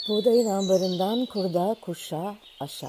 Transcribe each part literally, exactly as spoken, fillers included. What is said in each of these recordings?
Buğdayın ambarından kurda, kuşa, aşa.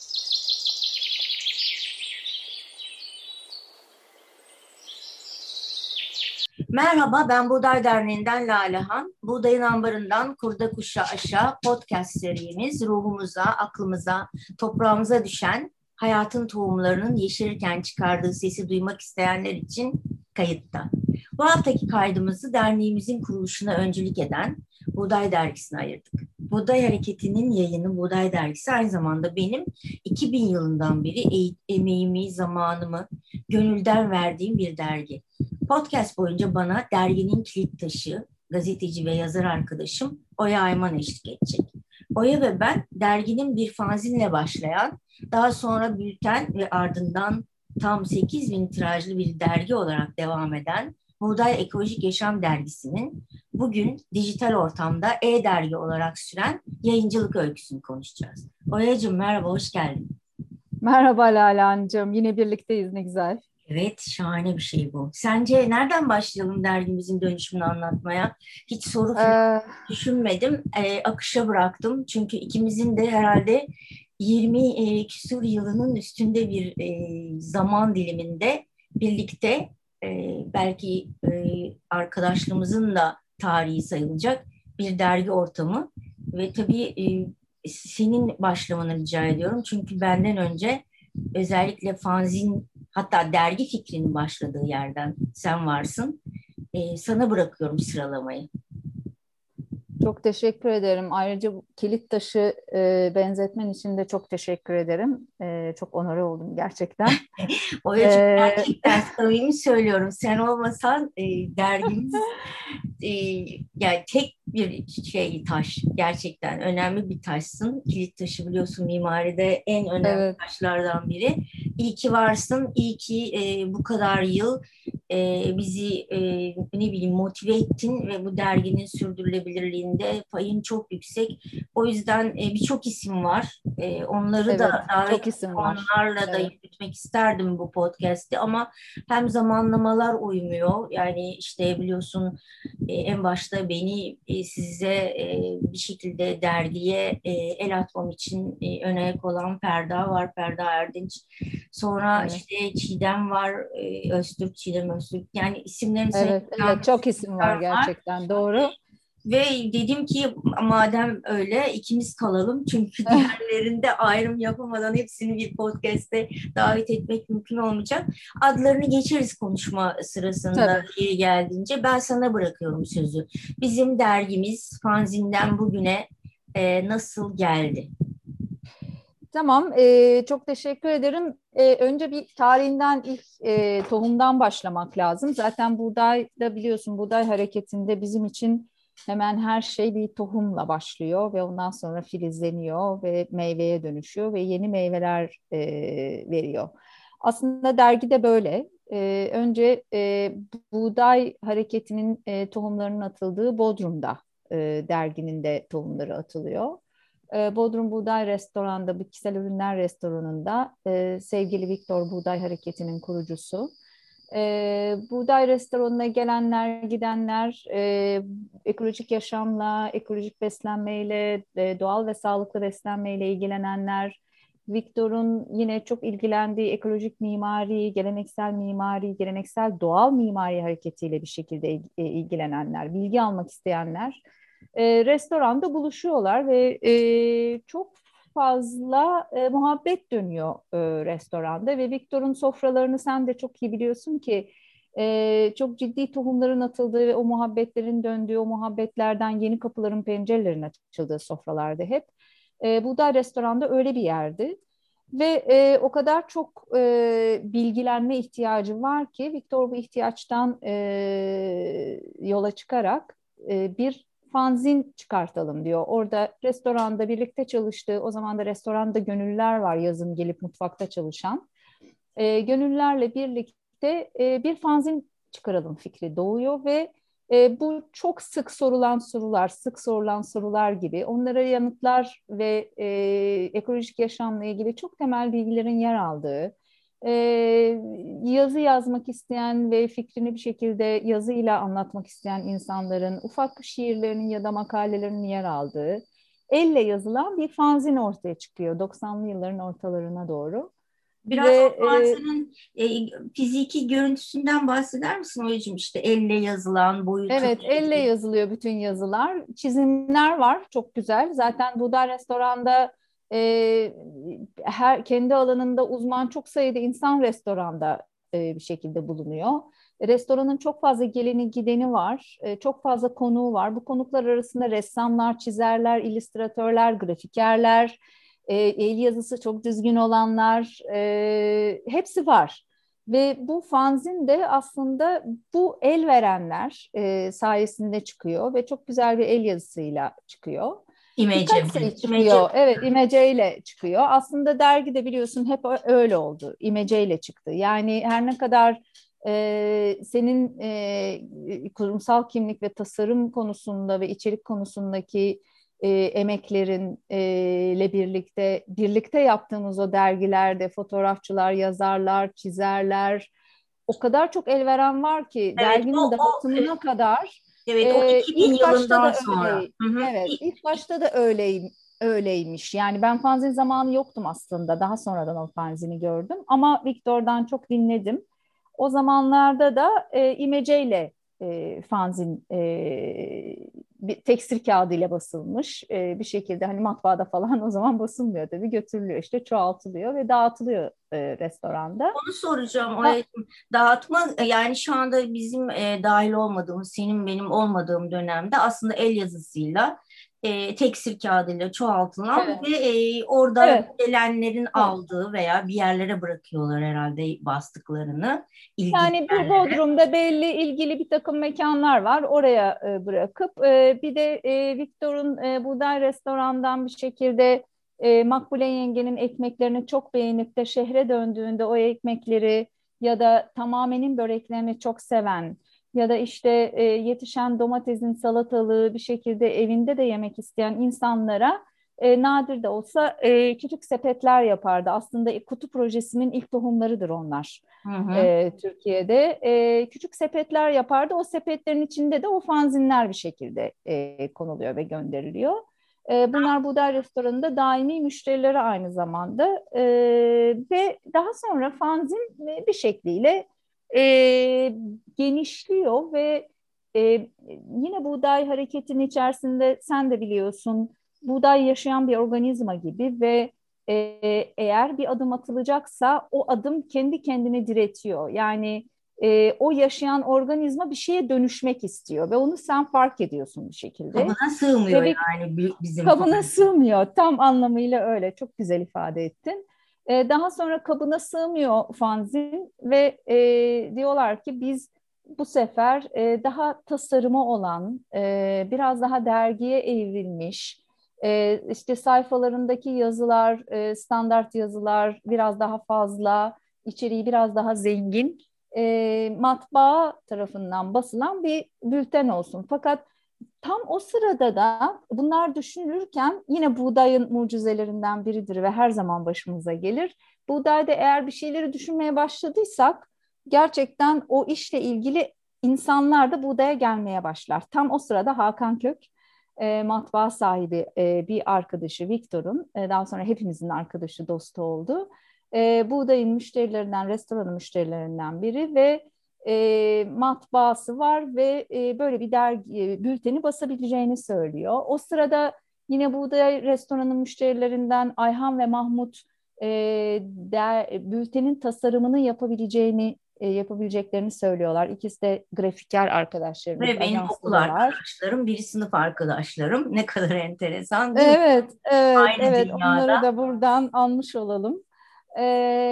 Merhaba, ben Buğday Derneği'nden Lalehan. Buğdayın ambarından kurda, kuşa, aşa podcast serimiz ruhumuza, aklımıza, toprağımıza düşen hayatın tohumlarının yeşerirken çıkardığı sesi duymak isteyenler için kayıtta. Bu haftaki kaydımızı derneğimizin kuruluşuna öncülük eden Buğday Dergisi'ne ayırdık. Buğday Hareketi'nin yayını Buğday Dergisi aynı zamanda benim iki bin yılından beri e- emeğimi, zamanımı gönülden verdiğim bir dergi. Podcast boyunca bana derginin kilit taşı, gazeteci ve yazar arkadaşım Oya Ayman eşlik edecek. Oya ve ben derginin bir fanzinle başlayan, daha sonra bülten ve ardından tam sekiz bin tirajlı bir dergi olarak devam eden Buğday Ekolojik Yaşam Dergisi'nin bugün dijital ortamda e-dergi olarak süren yayıncılık öyküsünü konuşacağız. Oya'cığım merhaba, hoş geldin. Merhaba Lalancığım, yine birlikteyiz ne güzel. Evet, şahane bir şey bu. Sence nereden başlayalım dergimizin dönüşümünü anlatmaya? Hiç soru falan Ee, düşünmedim. Ee, akışa bıraktım. Çünkü ikimizin de herhalde yirmi e, küsur yılının üstünde bir e, zaman diliminde birlikte e, belki e, arkadaşlığımızın da tarihi sayılacak bir dergi ortamı. Ve tabii e, senin başlamanı rica ediyorum. Çünkü benden önce özellikle fanzin, hatta dergi fikrinin başladığı yerden sen varsın. Ee, sana bırakıyorum sıralamayı. Çok teşekkür ederim. Ayrıca bu kilit taşı e, benzetmen için de çok teşekkür ederim. E, çok onore oldum gerçekten. Oya'cığım E, gerçekten samimi söylüyorum. Sen olmasan e, dergimiz e, yani tek bir şey taş. Gerçekten önemli bir taşsın. Kilit taşı biliyorsun mimaride en önemli evet, taşlardan biri. İyi ki varsın. İyi ki e, bu kadar yıl e, bizi e, ne bileyim motive ettin ve bu derginin sürdürülebilirliğinde payın çok yüksek. O yüzden e, birçok isim var. E, onları da evet. davet Çok isim var. onlarla da Evet. yürütmek isterdim bu podcast'i ama hem zamanlamalar uymuyor. Yani işte biliyorsun e, en başta beni e, size e, bir şekilde dergiye e, el atmam için e, ön ayak olan Ferda var, Ferda Erdinç. Sonra Evet. işte Çiğdem var, e, Öztürk, Çiğdem Öztürk. Yani isimlerini Evet. sayacağım Evet. Çok isim var var. gerçekten. Doğru. Ve dedim ki madem öyle ikimiz kalalım çünkü diğerlerinde ayrım yapamadan hepsini bir podcast'te davet etmek mümkün olmayacak. Adlarını geçeriz konuşma sırasında Tabii. yeri geldiğince. Ben sana bırakıyorum sözü. Bizim dergimiz Fanzin'den bugüne e, nasıl geldi? Tamam. E, çok teşekkür ederim. E, önce bir tarihinden ilk e, tohumdan başlamak lazım. Zaten buğday da biliyorsun buğday hareketinde bizim için hemen her şey bir tohumla başlıyor ve ondan sonra filizleniyor ve meyveye dönüşüyor ve yeni meyveler e, veriyor. Aslında dergi de böyle. E, önce e, buğday hareketinin e, tohumlarının atıldığı Bodrum'da e, derginin de tohumları atılıyor. e, Bodrum Buğday Restoran'da, Bitkisel Ürünler Restoranı'nda e, sevgili Viktor Buğday Hareketi'nin kurucusu. E, Buğday Restoranı'na gelenler, gidenler, e, ekolojik yaşamla, ekolojik beslenmeyle, e, doğal ve sağlıklı beslenmeyle ilgilenenler, Viktor'un yine çok ilgilendiği ekolojik mimari, geleneksel mimari, geleneksel doğal mimari hareketiyle bir şekilde e, ilgilenenler, bilgi almak isteyenler e, restoranda buluşuyorlar ve e, çok fazla e, muhabbet dönüyor e, restoranda ve Victor'un sofralarını sen de çok iyi biliyorsun ki e, çok ciddi tohumların atıldığı ve o muhabbetlerin döndüğü, o muhabbetlerden yeni kapıların, pencerelerin açıldığı sofralarda hep. E, Buğday Restoran'da öyle bir yerdi. Ve e, o kadar çok e, bilgilenme ihtiyacı var ki Victor bu ihtiyaçtan e, yola çıkarak e, bir fanzin çıkartalım diyor. Orada restoranda birlikte çalıştığı, o zaman da restoranda gönüllüler var yazın gelip mutfakta çalışan. E, gönüllülerle birlikte e, bir fanzin çıkaralım fikri doğuyor ve e, bu çok sık sorulan sorular, sık sorulan sorular gibi onlara yanıtlar ve e, ekolojik yaşamla ilgili çok temel bilgilerin yer aldığı, e, yazı yazmak isteyen ve fikrini bir şekilde yazıyla anlatmak isteyen insanların ufak şiirlerinin ya da makalelerinin yer aldığı, elle yazılan bir fanzin ortaya çıkıyor doksanlı yılların ortalarına doğru. Biraz Ve o fanzinin e, fiziki görüntüsünden bahseder misin Oya'cığım? İşte elle yazılan, boyutu evet, elle neydi? yazılıyor bütün yazılar. Çizimler var, çok güzel. Zaten Buğday Restoran'da e, her kendi alanında uzman çok sayıda insan restoranda e, bir şekilde bulunuyor. Restoranın çok fazla geleni gideni var, e, çok fazla konuğu var. Bu konuklar arasında ressamlar, çizerler, illüstratörler, grafikerler, e, el yazısı çok düzgün olanlar, e, hepsi var. Ve bu fanzin de aslında bu el verenler e, sayesinde çıkıyor ve çok güzel bir el yazısıyla çıkıyor. İmece Birkaç mi? sayı İmece. çıkıyor. Evet, imeceyle çıkıyor. Aslında dergi de biliyorsun hep öyle oldu. İmeceyle çıktı. Yani her ne kadar e, senin e, kurumsal kimlik ve tasarım konusunda ve içerik konusundaki e, emeklerinle birlikte birlikte yaptığımız o dergilerde fotoğrafçılar, yazarlar, çizerler o kadar çok el veren var ki Evet, o, derginin o e, dağıtımına kadar evet o e, iki bin ilk başta yılından da sonra. öyle. Hı hı. Evet, ilk başta da öyleyim, öyleymiş. Yani ben fanzin zamanı yoktum aslında. Daha sonradan o fanzini gördüm. Ama Victor'dan çok dinledim. O zamanlarda da e, imeceyle e, fanzin e, bir tekstil kağıdıyla basılmış e, bir şekilde hani matbaada falan o zaman basılmıyor tabii götürülüyor işte çoğaltılıyor ve dağıtılıyor e, restoranda. Onu soracağım. O Ha, dağıtma yani şu anda bizim e, dahil olmadığımız, senin benim olmadığım dönemde aslında el yazısıyla e, tekstil kağıdıyla çoğaltılan evet, ve e, orada evet, gelenlerin evet. aldığı veya bir yerlere bırakıyorlar herhalde bastıklarını ilgili Yani bir yerlere. Bodrum'da belli ilgili bir takım mekanlar var. Oraya e, bırakıp e, bir de e, Victor'un e, Buğday Restoran'dan bir şekilde e, Makbule yengenin ekmeklerini çok beğenip de şehre döndüğünde o ekmekleri ya da tamamenin böreklerini çok seven ya da işte e, yetişen domatesin salatalığı bir şekilde evinde de yemek isteyen insanlara e, nadir de olsa e, küçük sepetler yapardı. Aslında kutu projesinin ilk tohumlarıdır onlar Hı hı. e, Türkiye'de. E, küçük sepetler yapardı. O sepetlerin içinde de o fanzinler bir şekilde e, konuluyor ve gönderiliyor. E, bunlar Buğday Restoranı'nda daimi müşterileri aynı zamanda. E, ve daha sonra fanzin bir şekliyle e, genişliyor ve e, yine buğday hareketinin içerisinde sen de biliyorsun buğday yaşayan bir organizma gibi ve e, eğer bir adım atılacaksa o adım kendi kendine diretiyor. Yani e, o yaşayan organizma bir şeye dönüşmek istiyor ve onu sen fark ediyorsun bir şekilde. Kabına sığmıyor Ve bir yani bi- bizim kabına fanzin. sığmıyor. Tam anlamıyla öyle. Çok güzel ifade ettin. E, daha sonra kabına sığmıyor fanzin ve e, diyorlar ki biz bu sefer e, daha tasarımı olan, e, biraz daha dergiye evrilmiş, e, işte sayfalarındaki yazılar, e, standart yazılar biraz daha fazla, içeriği biraz daha zengin, e, matbaa tarafından basılan bir bülten olsun. Fakat tam o sırada da bunlar düşünülürken yine buğdayın mucizelerinden biridir ve her zaman başımıza gelir. Buğdayda eğer bir şeyleri düşünmeye başladıysak gerçekten o işle ilgili insanlar da buğdaya gelmeye başlar. Tam o sırada Hakan Kök e, matbaa sahibi e, bir arkadaşı Victor'un e, daha sonra hepimizin arkadaşı dostu oldu. E, buğdayın müşterilerinden, restoranın müşterilerinden biri ve e, matbaası var ve e, böyle bir dergi e, bülteni basabileceğini söylüyor. O sırada yine Buğday Restoranı müşterilerinden Ayhan ve Mahmut e, der, bültenin tasarımını yapabileceğini e, yapabileceklerini söylüyorlar. İkisi de grafiker arkadaşlarımız, Ve benim okul ajanslılar. arkadaşlarım, biri sınıf arkadaşlarım. Ne kadar enteresan değil mi? Evet, evet, Aynı evet. Onları dünyada. da buradan almış olalım. Ee,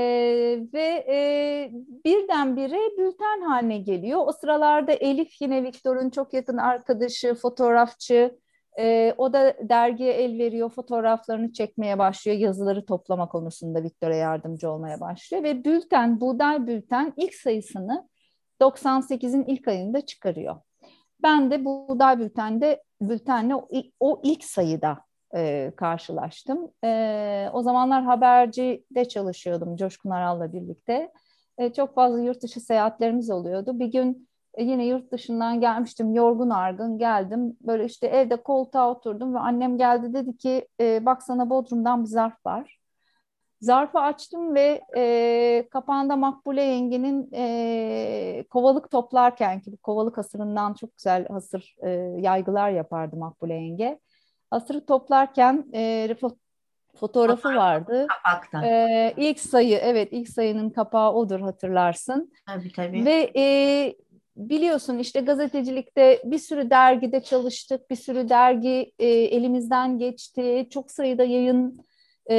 ve e, birdenbire bülten haline geliyor. O sıralarda Elif yine Viktor'un çok yakın arkadaşı, fotoğrafçı. Ee, o da dergiye el veriyor, fotoğraflarını çekmeye başlıyor. Yazıları toplama konusunda Viktor'a yardımcı olmaya başlıyor. Ve bülten, Buğday Bülten ilk sayısını doksan sekizin ilk ayında çıkarıyor. Ben de Buğday Bülten'de bültenle o, o ilk sayıda e, karşılaştım. E, o zamanlar habercide çalışıyordum Coşkun Aral'la birlikte. E, çok fazla yurt dışı seyahatlerimiz oluyordu. Bir gün E, yine yurt dışından gelmiştim, yorgun argın geldim. Böyle işte evde koltuğa oturdum ve annem geldi, dedi ki e, bak sana Bodrum'dan bir zarf var. Zarfı açtım ve e, kapağında Makbule yengenin e, kovalık toplarken, ki bu kovalık hasırından çok güzel hasır e, yaygılar yapardı Makbule yenge. Hasırı toplarken e, fo- fotoğrafı vardı. Kapakta. E, ilk sayı, evet, ilk sayının kapağı odur, hatırlarsın. Tabii tabii. Ve e, biliyorsun işte gazetecilikte bir sürü dergide çalıştık, bir sürü dergi e, elimizden geçti, çok sayıda yayın e,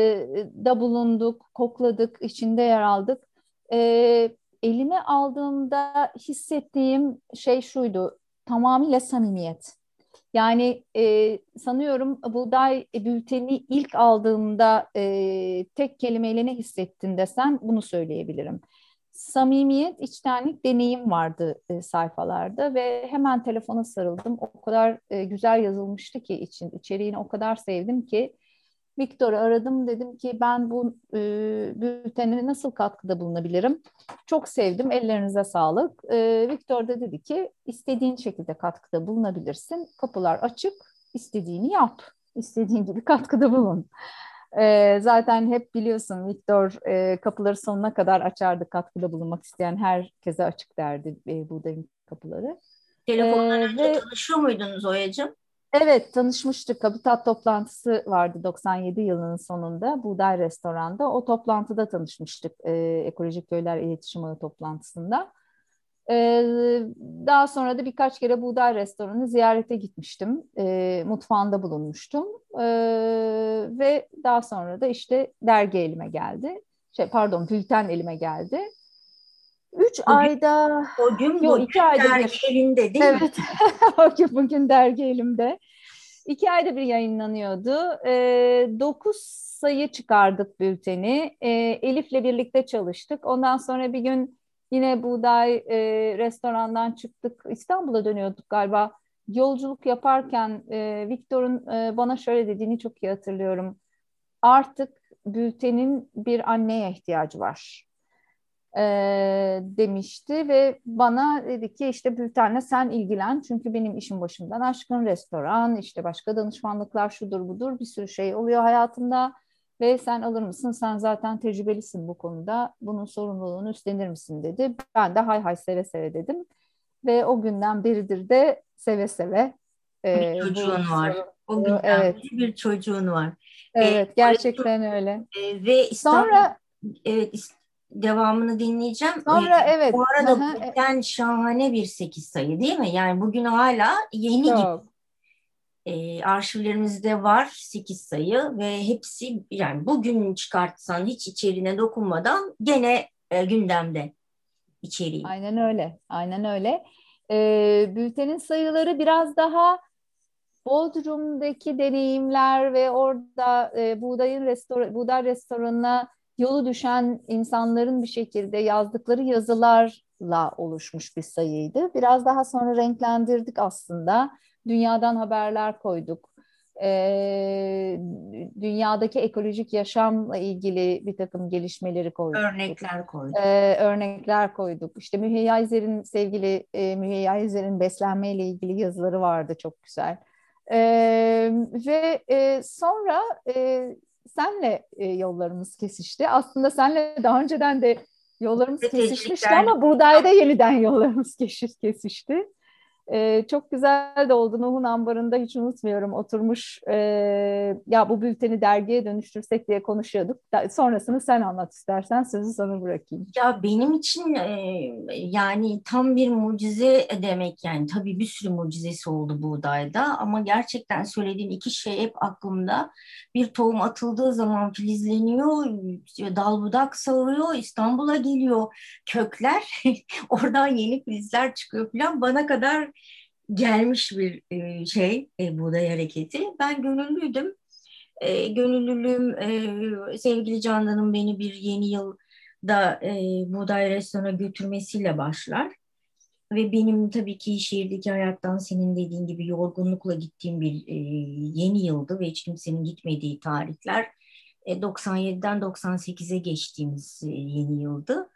da bulunduk, kokladık, içinde yer aldık. E, Elime aldığımda hissettiğim şey şuydu, tamamıyla samimiyet. Yani e, sanıyorum buğday bülteni ilk aldığımda e, tek kelimeyle ne hissettin desen bunu söyleyebilirim. Samimiyet, içtenlik, deneyim vardı e, sayfalarda ve hemen telefona sarıldım. O kadar e, güzel yazılmıştı ki için, içeriğini o kadar sevdim ki Viktor'u aradım, dedim ki ben bu e, bültene nasıl katkıda bulunabilirim? Çok sevdim, ellerinize sağlık. E, Viktor da dedi ki istediğin şekilde katkıda bulunabilirsin. Kapılar açık, istediğini yap, istediğin gibi katkıda bulun. E, zaten hep biliyorsun Viktor e, kapıları sonuna kadar açardı, katkıda bulunmak isteyen herkese açık derdi e, buğdayın kapıları. E, Telefondan önce ve tanışıyor muydunuz Oya'cığım? Evet, tanışmıştık. Habitat toplantısı vardı doksan yedi yılının sonunda Buğday Restoran'da. O toplantıda tanışmıştık. E, Ekolojik Köyler İletişim Ağı toplantısında. E, Daha sonra da birkaç kere Buğday Restoran'ı ziyarete gitmiştim. E, mutfağında bulunmuştum. E, ve daha sonra da işte dergi elime geldi. Şey, pardon, bülten elime geldi. Üç Bugün, ayda, bugün yok, bugün iki ayda dergi bir. elinde değil mi? Evet, bugün, bugün dergi elimde. İki ayda bir yayınlanıyordu. E, dokuz sayı çıkardık bülteni. E, Elif'le birlikte çalıştık. Ondan sonra bir gün yine Buğday e, restorandan çıktık. İstanbul'a dönüyorduk galiba. Yolculuk yaparken e, Viktor'un e, bana şöyle dediğini çok iyi hatırlıyorum. Artık bültenin bir anneye ihtiyacı var e, demişti ve bana dedi ki işte bültenle sen ilgilen, çünkü benim işim başımdan aşkın, restoran, işte başka danışmanlıklar, şudur budur, bir sürü şey oluyor hayatımda ve sen alır mısın, sen zaten tecrübelisin bu konuda, bunun sorumluluğunu üstlenir misin dedi. Ben de hay hay, seve seve dedim ve o günden beridir de seve seve Bir e, bu çocuğun var. O sorumluluğu, günden evet, beri bir çocuğun var. E, evet, orası, gerçekten öyle. e, ve İstanbul, Sonra evet, is- devamını dinleyeceğim. E, sonra bu evet, arada bugün şahane bir sekiz sayı değil mi? Yani bugün hala yeni gibi. çok. E, arşivlerimizde var sekiz sayı ve hepsi, yani bugün çıkartsan hiç içeriğine dokunmadan gene e, gündemde içeriği. Aynen öyle, aynen öyle. Ee, bültenin sayıları biraz daha Bodrum'daki deneyimler ve orada e, buğdayın restor buğday restoranına yolu düşen insanların bir şekilde yazdıkları yazılarla oluşmuş bir sayıydı. Biraz daha sonra renklendirdik aslında. Dünyadan haberler koyduk. Ee, Dünyadaki ekolojik yaşamla ilgili bir takım gelişmeleri koyduk. Örnekler koyduk. Ee, örnekler koyduk. İşte Müheyya İzer'in, sevgili e, Müheyya İzer'in beslenmeyle ilgili yazıları vardı, çok güzel. Ee, ve e, sonra e, senle e, yollarımız kesişti. Aslında senle daha önceden de yollarımız kesişmişti Gazetecilikler ama buğdayda yeniden yollarımız keşiş- kesişti. Ee, çok güzel de oldu. Nuh'un ambarında hiç unutmuyorum. Oturmuş e, ya bu bülteni dergiye dönüştürsek diye konuşuyorduk. Da- sonrasını sen anlat istersen, sözü sana bırakayım. Ya benim için e, yani tam bir mucize demek, yani tabii bir sürü mucizesi oldu buğdayda ama gerçekten söylediğin iki şey hep aklımda. Bir tohum atıldığı zaman filizleniyor, işte dal budak savuruyor, İstanbul'a geliyor kökler, oradan yeni filizler çıkıyor falan, bana kadar gelmiş bir e, şey e, buğday hareketi. Ben gönüllüydüm. E, gönüllülüğüm, e, sevgili Candan'ın beni bir yeni yılda e, Buğday Restoran'a götürmesiyle başlar. Ve benim tabii ki şehirdeki hayattan senin dediğin gibi yorgunlukla gittiğim bir e, yeni yıldı ve hiç kimsenin gitmediği tarihler. E, doksan yediden doksan sekize geçtiğimiz e, yeni yıldı.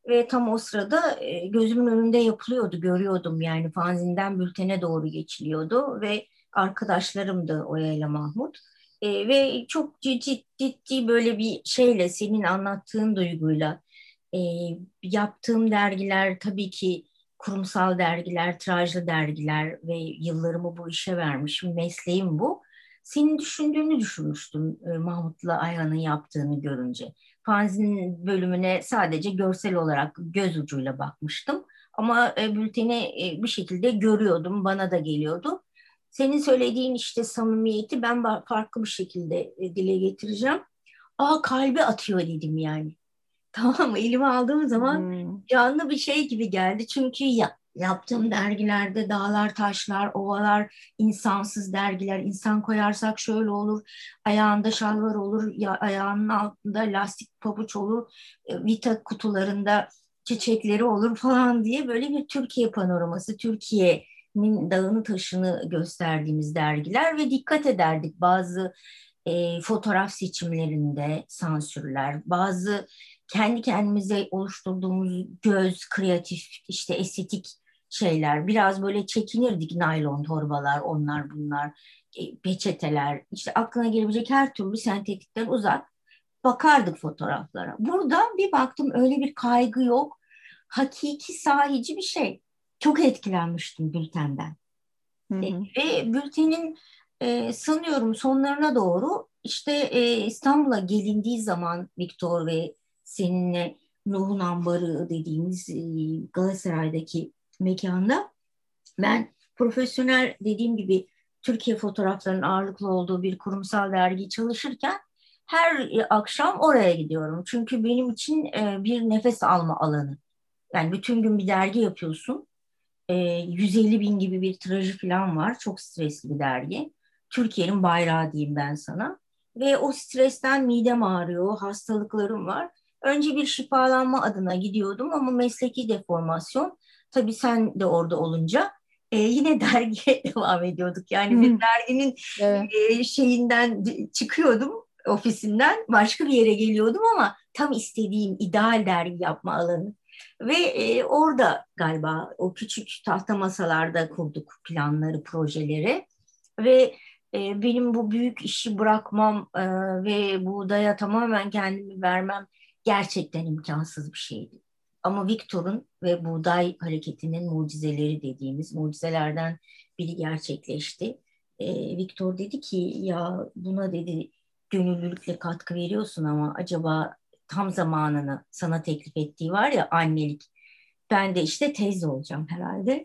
Ve tam o sırada e, gözümün önünde yapılıyordu, görüyordum yani fanzinden bültene doğru geçiliyordu ve arkadaşlarımdı Oya ile Mahmut. E, ve çok ciddi, ciddi böyle bir şeyle, senin anlattığın duyguyla e, yaptığım dergiler tabii ki kurumsal dergiler, tirajlı dergiler ve yıllarımı bu işe vermişim, mesleğim bu. Senin düşündüğünü düşünmüştüm e, Mahmut'la Ayhan'ın yaptığını görünce. Fanzin bölümüne sadece görsel olarak göz ucuyla bakmıştım. Ama e, bülteni e, bir şekilde görüyordum, bana da geliyordu. Senin söylediğin işte samimiyeti ben ba- farklı bir şekilde e, dile getireceğim. Aa, kalbi atıyor dedim yani. Tamam mı? Elime aldığım zaman Hmm. canlı bir şey gibi geldi. Çünkü ya, yaptığım dergilerde dağlar, taşlar, ovalar, insansız dergiler. İnsan koyarsak şöyle olur. Ayağında şalvar olur, ya ayağının altında lastik pabuç olur. e, Vita kutularında çiçekleri olur falan diye böyle bir Türkiye panoraması, Türkiye'nin dağını taşını gösterdiğimiz dergiler ve dikkat ederdik bazı e, fotoğraf seçimlerinde sansürler, bazı kendi kendimize oluşturduğumuz göz, kreatif, işte estetik şeyler. Biraz böyle çekinirdik, naylon torbalar, onlar bunlar, e, peçeteler, işte aklına gelebilecek her türlü sentetikten uzak bakardık fotoğraflara. Burada bir baktım öyle bir kaygı yok. Hakiki sahici bir şey. Çok etkilenmiştim bültenden. Hı E, hı. ve bültenin e, sanıyorum sonlarına doğru işte e, İstanbul'a gelindiği zaman Viktor ve seninle Nuh'un Ambarı dediğimiz e, Galatasaray'daki mekanda ben profesyonel dediğim gibi Türkiye fotoğraflarının ağırlıklı olduğu bir kurumsal dergi çalışırken her e, akşam oraya gidiyorum. Çünkü benim için e, bir nefes alma alanı. Yani bütün gün bir dergi yapıyorsun, e, yüz elli bin gibi bir tirajı falan var. Çok stresli bir dergi. Türkiye'nin bayrağı diyeyim ben sana. Ve o stresten midem ağrıyor, hastalıklarım var. Önce bir şifalanma adına gidiyordum ama mesleki deformasyon. Tabii sen de orada olunca e, yine dergiye devam ediyorduk. Yani bir Hı. derginin Evet. e, şeyinden çıkıyordum, ofisinden başka bir yere geliyordum ama tam istediğim ideal dergi yapma alanı. Ve e, orada galiba o küçük tahta masalarda kurduk planları, projeleri ve e, benim bu büyük işi bırakmam e, ve buğdaya tamamen kendimi vermem gerçekten imkansız bir şeydi. Ama Viktor'un ve buğday hareketinin mucizeleri dediğimiz mucizelerden biri gerçekleşti. E, Viktor dedi ki ya buna dedi gönüllülükle katkı veriyorsun ama acaba tam zamanını sana teklif ettiği var ya annelik. Ben de işte teyze olacağım herhalde.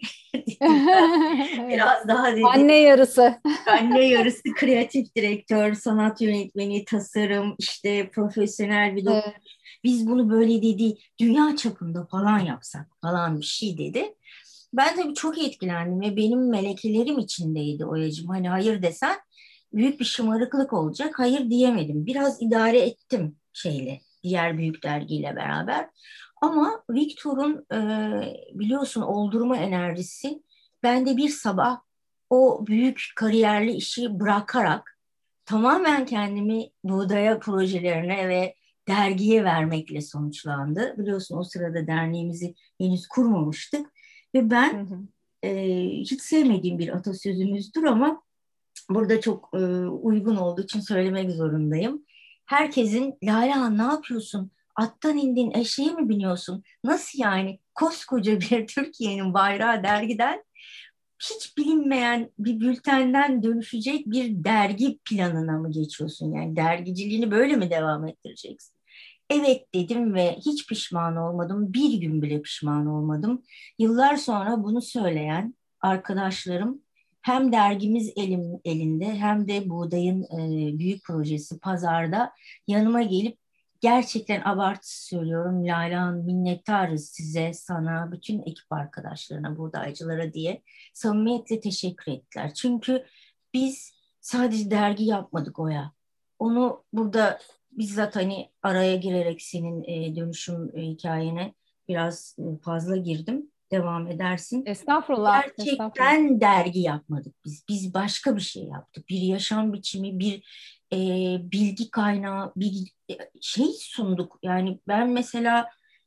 Evet. Biraz daha dedi Anne yarısı. anne yarısı kreatif direktör, sanat yönetmeni, tasarım, işte profesyonel bir doktor. Evet. Biz bunu böyle dedi dünya çapında falan yapsak falan bir şey dedi. Ben tabii çok etkilendim ve benim melekelerim içindeydi Oya'cığım. Hani hayır desen büyük bir şımarıklık olacak. Hayır diyemedim. Biraz idare ettim şeyle, diğer büyük dergiyle beraber. Ama Victor'un e, biliyorsun oldurma enerjisi bende bir sabah o büyük kariyerli işi bırakarak tamamen kendimi buğdaya projelerine ve dergiye vermekle sonuçlandı. Biliyorsun o sırada derneğimizi henüz kurmamıştık ve Hı ben hı. e, hiç sevmediğim bir atasözümüzdür ama burada çok e, uygun olduğu için söylemek zorundayım. Herkesin Lale Han ne yapıyorsun? Attan indin, eşeğe mi biniyorsun? Nasıl yani? Koskoca bir Türkiye'nin bayrağı dergiden hiç bilinmeyen bir bültenden dönüşecek bir dergi planına mı geçiyorsun? Yani dergiciliğini böyle mi devam ettireceksin? Evet dedim ve hiç pişman olmadım. Bir gün bile pişman olmadım. Yıllar sonra bunu söyleyen arkadaşlarım hem dergimiz elim, elinde hem de Buğday'ın e, büyük projesi pazarda yanıma gelip gerçekten abartı söylüyorum Lala minnettarız size, sana, bütün ekip arkadaşlarına, buğdaycılara diye samimiyetle teşekkür ettiler. Çünkü biz sadece dergi yapmadık Oya. Onu burada bizzat hani araya girerek senin e, dönüşüm e, hikayene biraz e, fazla girdim. Devam edersin. Estağfurullah, estağfurullah. Gerçekten dergi yapmadık biz. Biz başka bir şey yaptık. Bir yaşam biçimi, bir e, bilgi kaynağı, bir e, şey sunduk. Yani ben mesela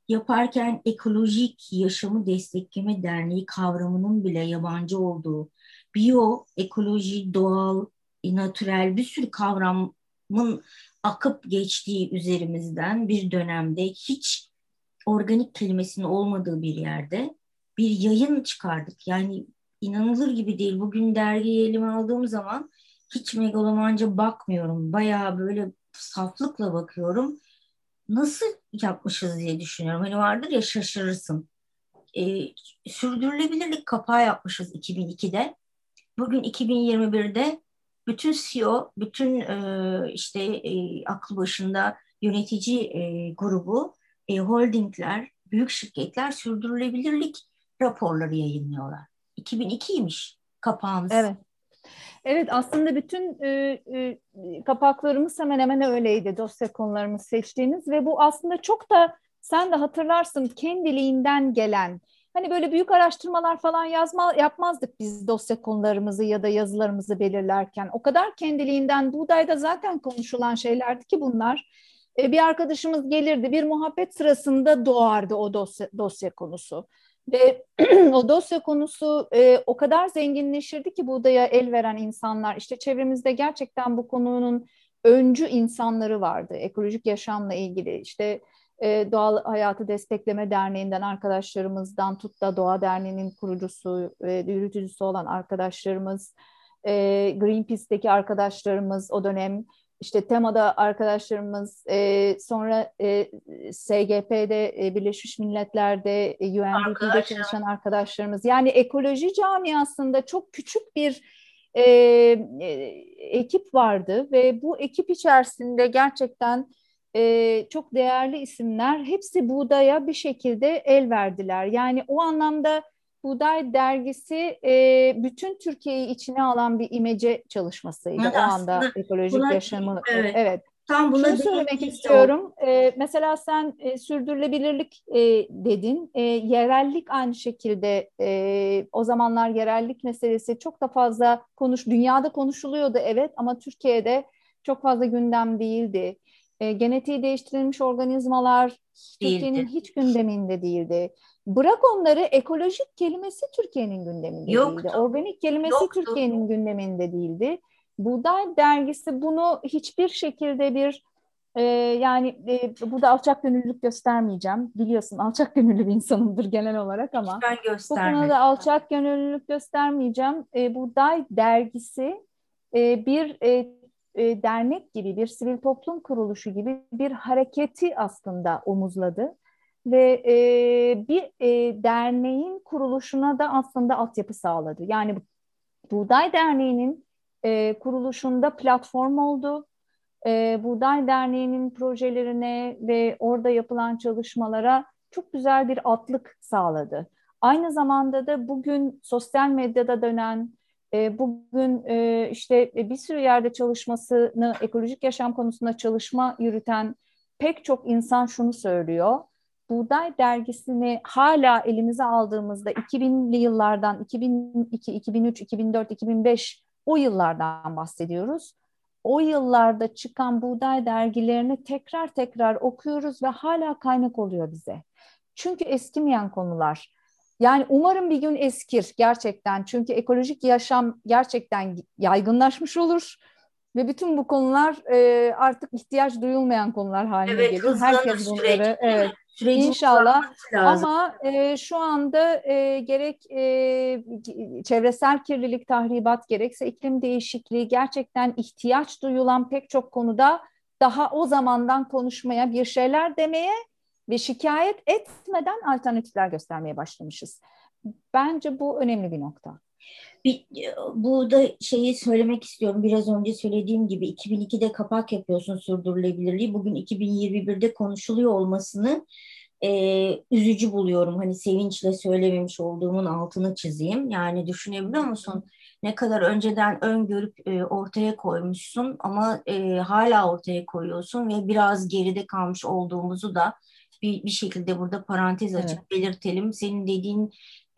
yaparken ekolojik yaşamı destekleme derneği kavramının bile yabancı olduğu, biyo, ekoloji, doğal, natürel bir sürü kavramın akıp geçtiği üzerimizden bir dönemde hiç organik kelimesinin olmadığı bir yerde bir yayın çıkardık. Yani inanılır gibi değil. Bugün dergiyi elime aldığım zaman hiç megalomanca bakmıyorum. Bayağı böyle saflıkla bakıyorum. Nasıl yapmışız diye düşünüyorum. Hani vardır ya, şaşırırsın. Ee, Sürdürülebilirlik kapağı yapmışız iki bin ikide. Bugün iki bin yirmi birde bütün C E O, bütün e, işte e, aklı başında yönetici e, grubu, e, holdingler, büyük şirketler sürdürülebilirlik raporları yayınlıyorlar. iki bin ikiymiş kapağımız. Evet. Evet, aslında bütün e, e, kapaklarımız hemen hemen öyleydi, dosya konularımız seçtiğimiz ve bu aslında çok da, sen de hatırlarsın, kendiliğinden gelen, hani böyle büyük araştırmalar falan yazma yapmazdık biz dosya konularımızı ya da yazılarımızı belirlerken. O kadar kendiliğinden, buğdayda zaten konuşulan şeylerdi ki bunlar. E, bir arkadaşımız gelirdi, bir muhabbet sırasında doğardı o dosya, dosya konusu. Ve o dosya konusu e, o kadar zenginleşirdi ki buğdaya el veren insanlar, işte çevremizde gerçekten bu konunun öncü insanları vardı. Ekolojik yaşamla ilgili işte e, Doğal Hayatı Destekleme Derneği'nden arkadaşlarımızdan tut da Doğa Derneği'nin kurucusu ve yürütücüsü olan arkadaşlarımız, e, Greenpeace'teki arkadaşlarımız o dönem, işte temada arkadaşlarımız, e, sonra e, S G P'de, e, Birleşmiş Milletler'de, e, U N D P'de Arkadaşlar, çalışan arkadaşlarımız. Yani ekoloji camiasında çok küçük bir e, e, ekip vardı ve bu ekip içerisinde gerçekten e, çok değerli isimler, hepsi buğdaya bir şekilde el verdiler. Yani o anlamda Buğday Dergisi e, bütün Türkiye'yi içine alan bir imece çalışmasıydı. evet, O anda aslında ekolojik buna, yaşamı, e, evet, evet. tam Şunu buna söylemek değinmek iyi oldu. istiyorum. E, mesela sen e, sürdürülebilirlik e, dedin. E, yerellik aynı şekilde, e, o zamanlar yerellik meselesi çok da fazla konuş, dünyada konuşuluyordu evet, ama Türkiye'de çok fazla gündem değildi. E, genetiği değiştirilmiş organizmalar Türkiye'nin Değildi. hiç gündeminde değildi. Bırak onları, ekolojik kelimesi Türkiye'nin gündeminde değildi. Yoktu, Organik kelimesi yoktu. Türkiye'nin gündeminde değildi. Buğday Dergisi bunu hiçbir şekilde bir e, yani e, burada alçak gönüllülük göstermeyeceğim. Biliyorsun alçak gönüllü bir insanımdır genel olarak ama Ben bu konuda göstermedim. alçak gönüllülük göstermeyeceğim. E, Buğday Dergisi e, bir e, e, dernek gibi, bir sivil toplum kuruluşu gibi bir hareketi aslında omuzladı. Ve e, bir e, derneğin kuruluşuna da aslında altyapı sağladı. Yani Buğday Derneği'nin e, kuruluşunda platform oldu. E, Buğday Derneği'nin projelerine ve orada yapılan çalışmalara çok güzel bir altlık sağladı. Aynı zamanda da bugün sosyal medyada dönen, e, bugün e, işte bir sürü yerde çalışmasını, ekolojik yaşam konusunda çalışma yürüten pek çok insan şunu söylüyor. Buğday Dergisi'ni hala elimize aldığımızda iki binli yıllardan, iki bin iki, iki bin üç, iki bin dört, iki bin beş, o yıllardan bahsediyoruz. O yıllarda çıkan buğday dergilerini tekrar tekrar okuyoruz ve hala kaynak oluyor bize. Çünkü eskimeyen konular. Yani umarım bir gün eskir gerçekten. Çünkü ekolojik yaşam gerçekten yaygınlaşmış olur ve bütün bu konular e, artık ihtiyaç duyulmayan konular haline Evet, gelir. hızlanır Herkes süreç, bunları, değil mi? evet, Sürecin inşallah. hızlanması lazım. Ama e, şu anda e, gerek e, çevresel kirlilik, tahribat, gerekse iklim değişikliği, gerçekten ihtiyaç duyulan pek çok konuda daha o zamandan konuşmaya, bir şeyler demeye ve şikayet etmeden alternatifler göstermeye başlamışız. Bence bu önemli bir nokta. Bir, burada şeyi söylemek istiyorum. Biraz önce söylediğim gibi iki bin ikide kapak yapıyorsun sürdürülebilirliği. Bugün iki bin yirmi birde konuşuluyor olmasını e, üzücü buluyorum. Hani sevinçle söylememiş olduğumun altını çizeyim. Yani düşünebiliyor musun? Ne kadar önceden öngörüp e, ortaya koymuşsun ama e, hala ortaya koyuyorsun ve biraz geride kalmış olduğumuzu da bir, bir şekilde burada parantez Evet. açıp belirtelim. Senin dediğin e,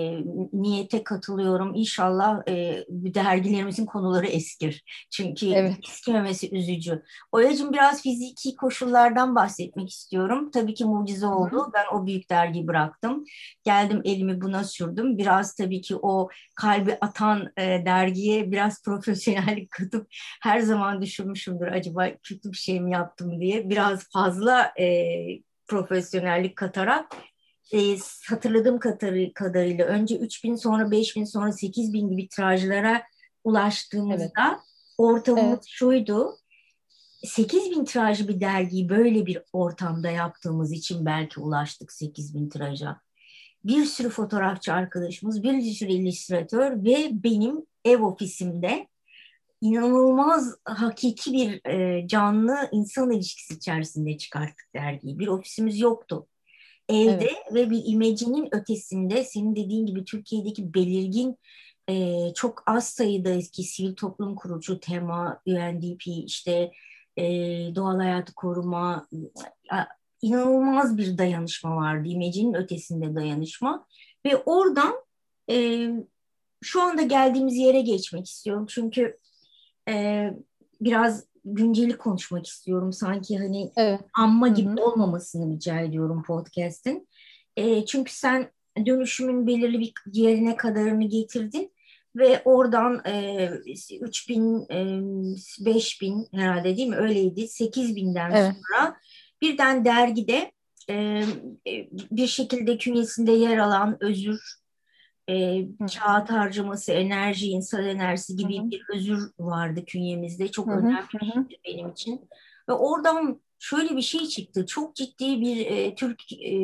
niyete katılıyorum. İnşallah e, dergilerimizin konuları eskir. Çünkü Evet. eskimemesi üzücü. Oya'cığım biraz fiziki koşullardan bahsetmek istiyorum. Tabii ki mucize Hı hı. oldu. Ben o büyük dergiyi bıraktım. Geldim elimi buna sürdüm. Biraz tabii ki o kalbi atan e, dergiye biraz profesyonellik katıp her zaman düşünmüşümdür. Acaba kötü bir şey mi yaptım diye. Biraz fazla e, profesyonellik katarak e, hatırladığım kadarı- kadarıyla önce üç bin sonra beş bin sonra sekiz bin gibi tirajlara Evet. ulaştığımızda ortamımız Evet. şuydu. sekiz bin tirajlı bir dergiyi böyle bir ortamda yaptığımız için belki ulaştık sekiz bin tiraja. Bir sürü fotoğrafçı arkadaşımız, bir sürü illüstratör ve benim ev ofisimde inanılmaz hakiki bir e, canlı insan ilişkisi içerisinde çıkarttık dergiyi. Bir ofisimiz yoktu. Evde Evet. ve bir imecinin ötesinde senin dediğin gibi Türkiye'deki belirgin e, çok az sayıda eski sivil toplum kuruluşu, Tema, U N D P, işte e, doğal hayatı koruma, a, inanılmaz bir dayanışma vardı. İmecinin ötesinde dayanışma ve oradan e, şu anda geldiğimiz yere geçmek istiyorum. Çünkü e, biraz güncelik konuşmak istiyorum. Sanki hani Evet. amma Hı gibi hı. olmamasını rica ediyorum podcast'in. E, çünkü sen dönüşümün belirli bir yerine kadarını getirdin ve oradan e, üç bin, e, beş bin herhalde değil mi? Öyleydi. sekiz binden Evet. sonra birden dergide e, e, bir şekilde künyesinde yer alan Özür, e, Hı kağıt harcaması, enerji, insan enerjisi hı. gibi bir özür vardı künyemizde. Çok Hı hı. önemli Hı bir hı. şeydi benim için. Ve oradan şöyle bir şey çıktı. Çok ciddi bir e, Türk e,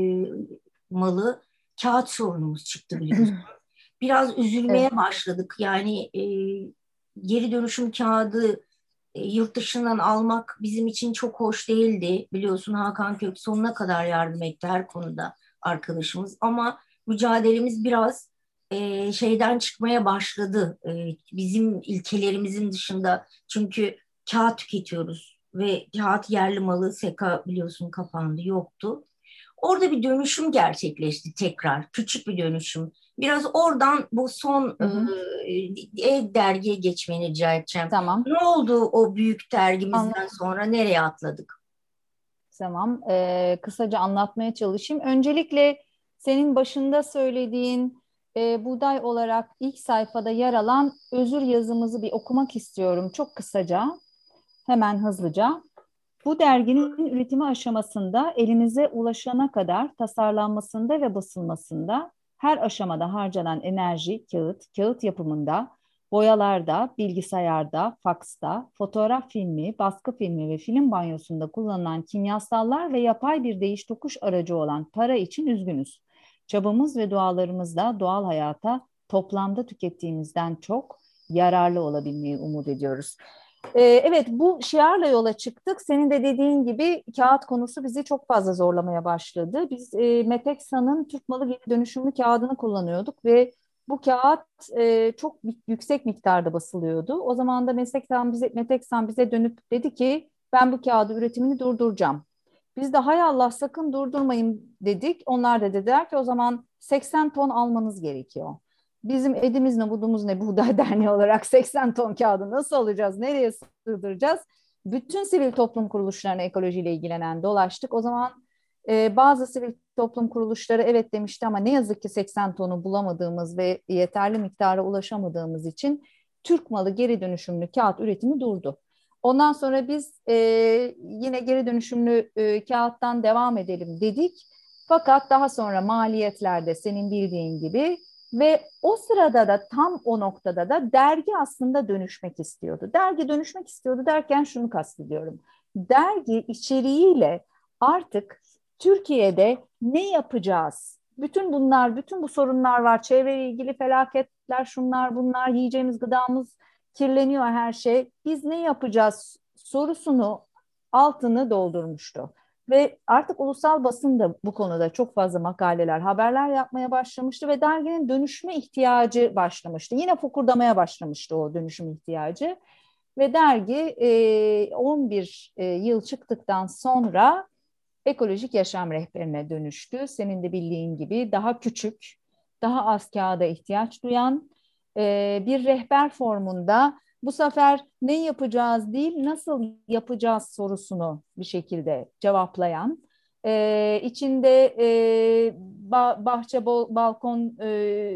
malı kağıt sorunumuz çıktı biliyorsun. Biraz üzülmeye Evet. başladık. Yani e, geri dönüşüm kağıdı e, yurt dışından almak bizim için çok hoş değildi. Biliyorsun Hakan Kök sonuna kadar yardım etti her konuda arkadaşımız. Ama mücadelemiz biraz e, şeyden çıkmaya başladı. E, bizim ilkelerimizin dışında. Çünkü kağıt tüketiyoruz ve kağıt yerli malı Seka biliyorsun kapandı yoktu. Orada bir dönüşüm gerçekleşti tekrar. Küçük bir dönüşüm. Biraz oradan bu son Hı hı. e, e, dergiye geçmeni rica edeceğim. Tamam. Ne oldu o büyük dergimizden Anladım. sonra nereye atladık? Tamam. Ee, kısaca anlatmaya çalışayım. Öncelikle senin başında söylediğin e, buğday olarak ilk sayfada yer alan özür yazımızı bir okumak istiyorum. Çok kısaca, hemen hızlıca. Bu derginin üretimi aşamasında elinize ulaşana kadar tasarlanmasında ve basılmasında her aşamada harcanan enerji, kağıt, kağıt yapımında, boyalarda, bilgisayarda, faksta, fotoğraf filmi, baskı filmi ve film banyosunda kullanılan kimyasallar ve yapay bir değiş tokuş aracı olan para için üzgünüz. Çabamız ve dualarımızla doğal hayata toplamda tükettiğimizden çok yararlı olabilmeyi umut ediyoruz. Ee, evet, bu şiarla yola çıktık. Senin de dediğin gibi kağıt konusu bizi çok fazla zorlamaya başladı. Biz e, Meteksa'nın Türk malı geri dönüşümlü kağıdını kullanıyorduk ve bu kağıt e, çok yüksek miktarda basılıyordu. O zaman da Meteksan bize, Meteksan bize dönüp dedi ki ben bu kağıdı üretimini durduracağım. Biz de hay Allah sakın durdurmayın dedik. Onlar da dediler ki o zaman seksen ton almanız gerekiyor. Bizim edimiz ne, budumuz ne, Buğday Derneği olarak seksen ton kağıdı nasıl alacağız, nereye sığdıracağız? Bütün sivil toplum kuruluşlarına ekolojiyle ilgilenen dolaştık. O zaman e, bazı sivil toplum kuruluşları evet demişti ama ne yazık ki seksen tonu bulamadığımız ve yeterli miktara ulaşamadığımız için Türk malı geri dönüşümlü kağıt üretimi durdu. Ondan sonra biz e, yine geri dönüşümlü e, kağıttan devam edelim dedik. Fakat daha sonra maliyetlerde senin bildiğin gibi ve o sırada da tam o noktada da dergi aslında dönüşmek istiyordu. Dergi dönüşmek istiyordu derken şunu kastediyorum. Dergi içeriğiyle artık Türkiye'de ne yapacağız? Bütün bunlar, bütün bu sorunlar var. Çevreyle ilgili felaketler, şunlar bunlar, yiyeceğimiz gıdamız kirleniyor her şey. Biz ne yapacağız sorusunu altını doldurmuştu. Ve artık ulusal basın da bu konuda çok fazla makaleler, haberler yapmaya başlamıştı ve derginin dönüşme ihtiyacı başlamıştı. Yine fokurdamaya başlamıştı o dönüşüm ihtiyacı. Ve dergi e, on bir e, yıl çıktıktan sonra ekolojik yaşam rehberine dönüştü. Senin de bildiğin gibi daha küçük, daha az kağıda ihtiyaç duyan, e, bir rehber formunda bu sefer ne yapacağız değil, nasıl yapacağız sorusunu bir şekilde cevaplayan, e, içinde e, ba- bahçe, bol, balkon e,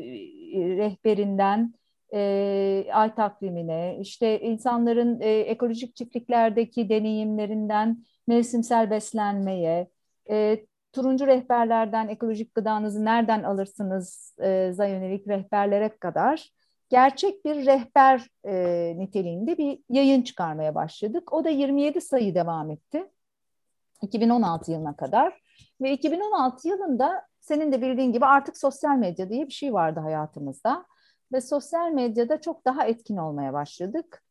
rehberinden e, ay takvimine, işte insanların e, ekolojik çiftliklerdeki deneyimlerinden mevsimsel beslenmeye, e, turuncu rehberlerden ekolojik gıdanızı nereden alırsınız e, za yönelik rehberlere kadar gerçek bir rehber e, niteliğinde bir yayın çıkarmaya başladık. O da yirmi yedi sayı devam etti iki bin on altı yılına kadar ve iki bin on altı yılında senin de bildiğin gibi artık sosyal medya diye bir şey vardı hayatımızda ve sosyal medyada çok daha etkin olmaya başladık.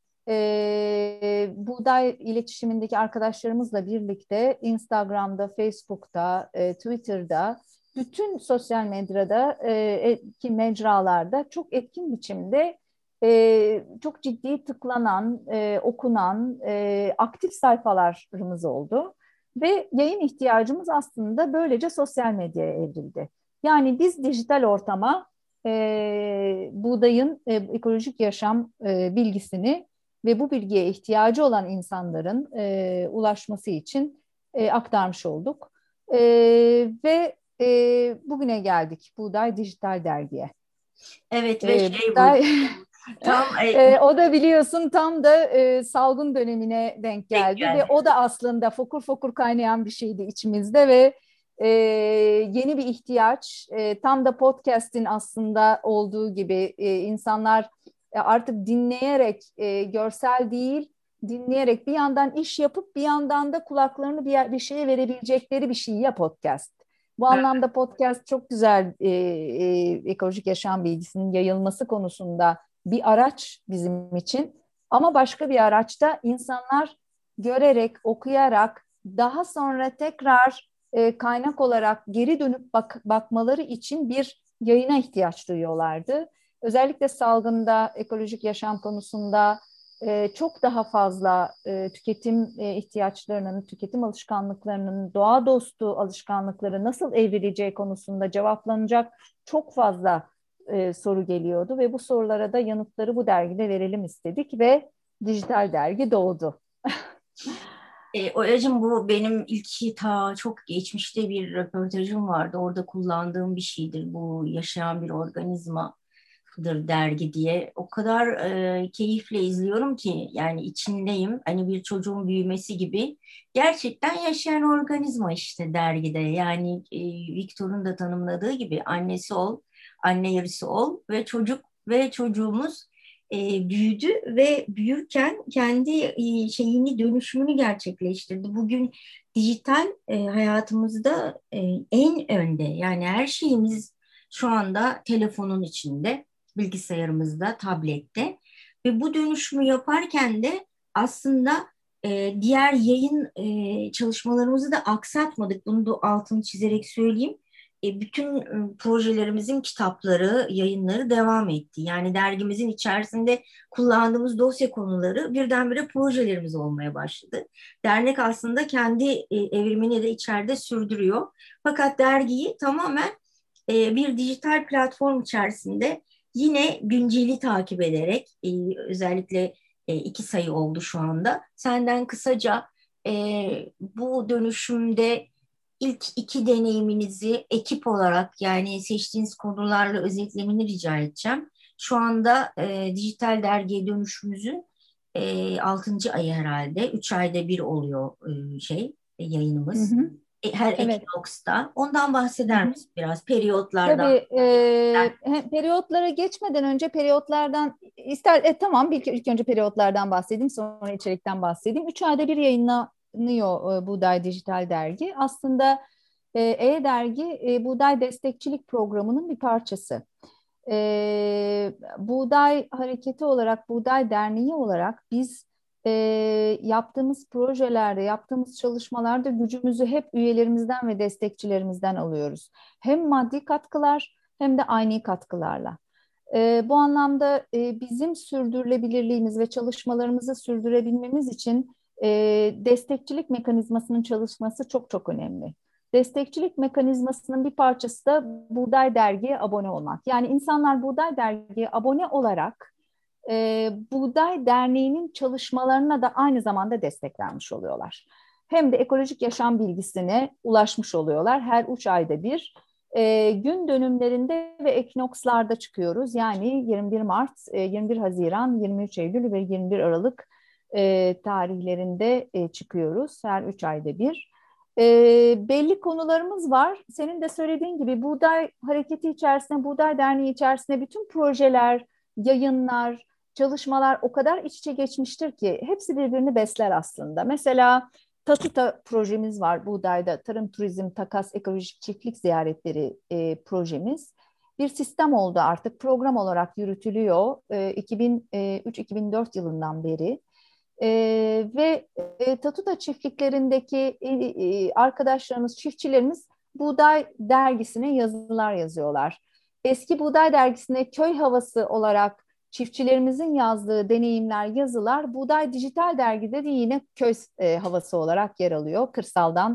E, buğday iletişimindeki arkadaşlarımızla birlikte Instagram'da, Facebook'ta, e, Twitter'da, bütün sosyal medyada e, ki mecralarda çok etkin biçimde e, çok ciddi tıklanan, e, okunan, e, aktif sayfalarımız oldu. Ve yayın ihtiyacımız aslında böylece sosyal medyaya evrildi. Yani biz dijital ortama e, buğdayın e, ekolojik yaşam e, bilgisini ve bu bilgiye ihtiyacı olan insanların e, ulaşması için e, aktarmış olduk. E, ve e, bugüne geldik Buğday Dijital Dergi'ye. Evet ve E, şey bu Buğday tam e, e, o da biliyorsun tam da e, salgın dönemine denk denk geldi ve geldi. o da aslında fokur fokur kaynayan bir şeydi içimizde ve e, yeni bir ihtiyaç. E, tam da podcast'in aslında olduğu gibi e, insanlar e, artık dinleyerek e, görsel değil dinleyerek bir yandan iş yapıp bir yandan da kulaklarını bir, yer, bir şeye verebilecekleri bir şey ya podcast. Bu anlamda podcast çok güzel e, e, ekolojik yaşam bilgisinin yayılması konusunda bir araç bizim için. Ama başka bir araçta insanlar görerek, okuyarak daha sonra tekrar e, kaynak olarak geri dönüp bak, bakmaları için bir yayına ihtiyaç duyuyorlardı. Özellikle salgında, ekolojik yaşam konusunda e, çok daha fazla e, tüketim e, ihtiyaçlarının, tüketim alışkanlıklarının, doğa dostu alışkanlıkları nasıl evrileceği konusunda cevaplanacak çok fazla e, soru geliyordu ve bu sorulara da yanıtları bu dergide verelim istedik ve dijital dergi doğdu. E, Oya'cığım bu benim ilk ta çok geçmişte bir röportajım vardı. Orada kullandığım bir şeydir. Bu yaşayan bir organizmadır dergi diye. O kadar e, keyifle izliyorum ki yani içindeyim. Hani bir çocuğun büyümesi gibi. Gerçekten yaşayan organizma işte dergide. Yani e, Victor'un da tanımladığı gibi annesi ol, anne yarısı ol ve çocuk ve çocuğumuz e, büyüdü ve büyürken kendi e, şeyini dönüşümünü gerçekleştirdi. Bugün dijital e, hayatımızda e, en önde yani her şeyimiz şu anda telefonun içinde, bilgisayarımızda, tablette ve bu dönüşümü yaparken de aslında e, diğer yayın e, çalışmalarımızı da aksatmadık. Bunu da altını çizerek söyleyeyim. E, bütün e, projelerimizin kitapları, yayınları devam etti. Yani dergimizin içerisinde kullandığımız dosya konuları birdenbire projelerimiz olmaya başladı. Dernek aslında kendi e, evrimini de içeride sürdürüyor. Fakat dergiyi tamamen e, bir dijital platform içerisinde yine günceli takip ederek e, özellikle e, iki sayı oldu şu anda. Senden kısaca e, bu dönüşümde İlk iki deneyiminizi ekip olarak yani seçtiğiniz konularla özetlemeni rica edeceğim. Şu anda e, dijital dergiye dönüşümüzün e, altıncı ayı herhalde. Üç ayda bir oluyor e, şey e, Hı yayınımız. hı. E, her Evet. Ekinoks'ta. Ondan Hı bahseder hı. misin biraz? Periyotlardan. Tabii e, he- periyotlara geçmeden önce periyotlardan ister e, tamam ilk, ilk önce periyotlardan bahsedeyim sonra içerikten bahsedeyim. Üç ayda bir yayınlanıyor e, Buğday Dijital Dergi. Aslında e, E-Dergi e, Buğday Destekçilik Programı'nın bir parçası. E, Buğday Hareketi olarak, Buğday Derneği olarak biz e, yaptığımız projelerde, yaptığımız çalışmalarda gücümüzü hep üyelerimizden ve destekçilerimizden alıyoruz. Hem maddi katkılar hem de aynı katkılarla. E, bu anlamda e, bizim sürdürülebilirliğimiz ve çalışmalarımızı sürdürebilmemiz için e, destekçilik mekanizmasının çalışması çok çok önemli. Destekçilik mekanizmasının bir parçası da Buğday Dergi'ye abone olmak. Yani insanlar Buğday Dergi'ye abone olarak e, Buğday Derneği'nin çalışmalarına da aynı zamanda destek vermiş oluyorlar. Hem de ekolojik yaşam bilgisine ulaşmış oluyorlar. Her üç ayda bir e, gün dönümlerinde ve ekinokslarda çıkıyoruz. Yani yirmi bir Mart, e, yirmi bir Haziran, yirmi üç Eylül ve yirmi bir Aralık e, tarihlerinde e, çıkıyoruz. Her üç ayda bir. E, belli konularımız var. Senin de söylediğin gibi Buğday Hareketi içerisinde, Buğday Derneği içerisinde bütün projeler, yayınlar, çalışmalar o kadar iç içe geçmiştir ki hepsi birbirini besler aslında. Mesela TATUTA projemiz var Buğday'da, Tarım, Turizm, Takas, Ekolojik Çiftlik Ziyaretleri e, projemiz. Bir sistem oldu artık, program olarak yürütülüyor e, iki bin üç iki bin dört yılından beri. Ee, ve e, Tatuta çiftliklerindeki e, e, arkadaşlarımız, çiftçilerimiz Buğday Dergisi'ne yazılar yazıyorlar. Eski Buğday Dergisi'ne köy havası olarak çiftçilerimizin yazdığı deneyimler, yazılar Buğday Dijital Dergi'de de yine köy e, havası olarak yer alıyor. Kırsaldan,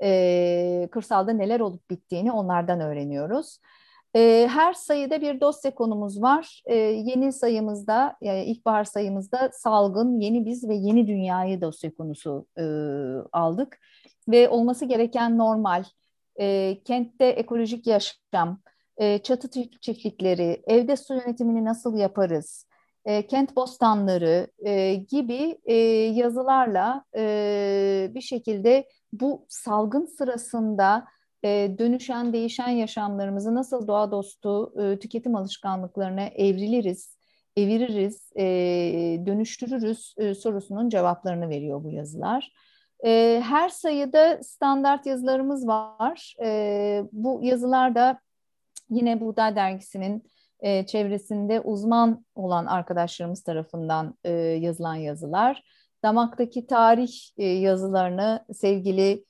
e, kırsalda neler olup bittiğini onlardan öğreniyoruz. E, her sayıda bir dosya konumuz var. E, yeni sayımızda, yani ilkbahar sayımızda salgın, yeni biz ve yeni dünyayı dosya konusu e, aldık. Ve olması gereken normal, e, kentte ekolojik yaşam, e, çatı çiftlikleri, evde su yönetimini nasıl yaparız, e, kent bostanları e, gibi e, yazılarla e, bir şekilde bu salgın sırasında e, dönüşen, değişen yaşamlarımızı nasıl doğa dostu e, tüketim alışkanlıklarına evriliriz, eviririz, e, dönüştürürüz e, sorusunun cevaplarını veriyor bu yazılar. E, her sayıda standart yazılarımız var. E, bu yazılar da yine Buğday Dergisi'nin e, çevresinde uzman olan arkadaşlarımız tarafından e, yazılan yazılar. Damaktaki tarih e, yazılarını sevgili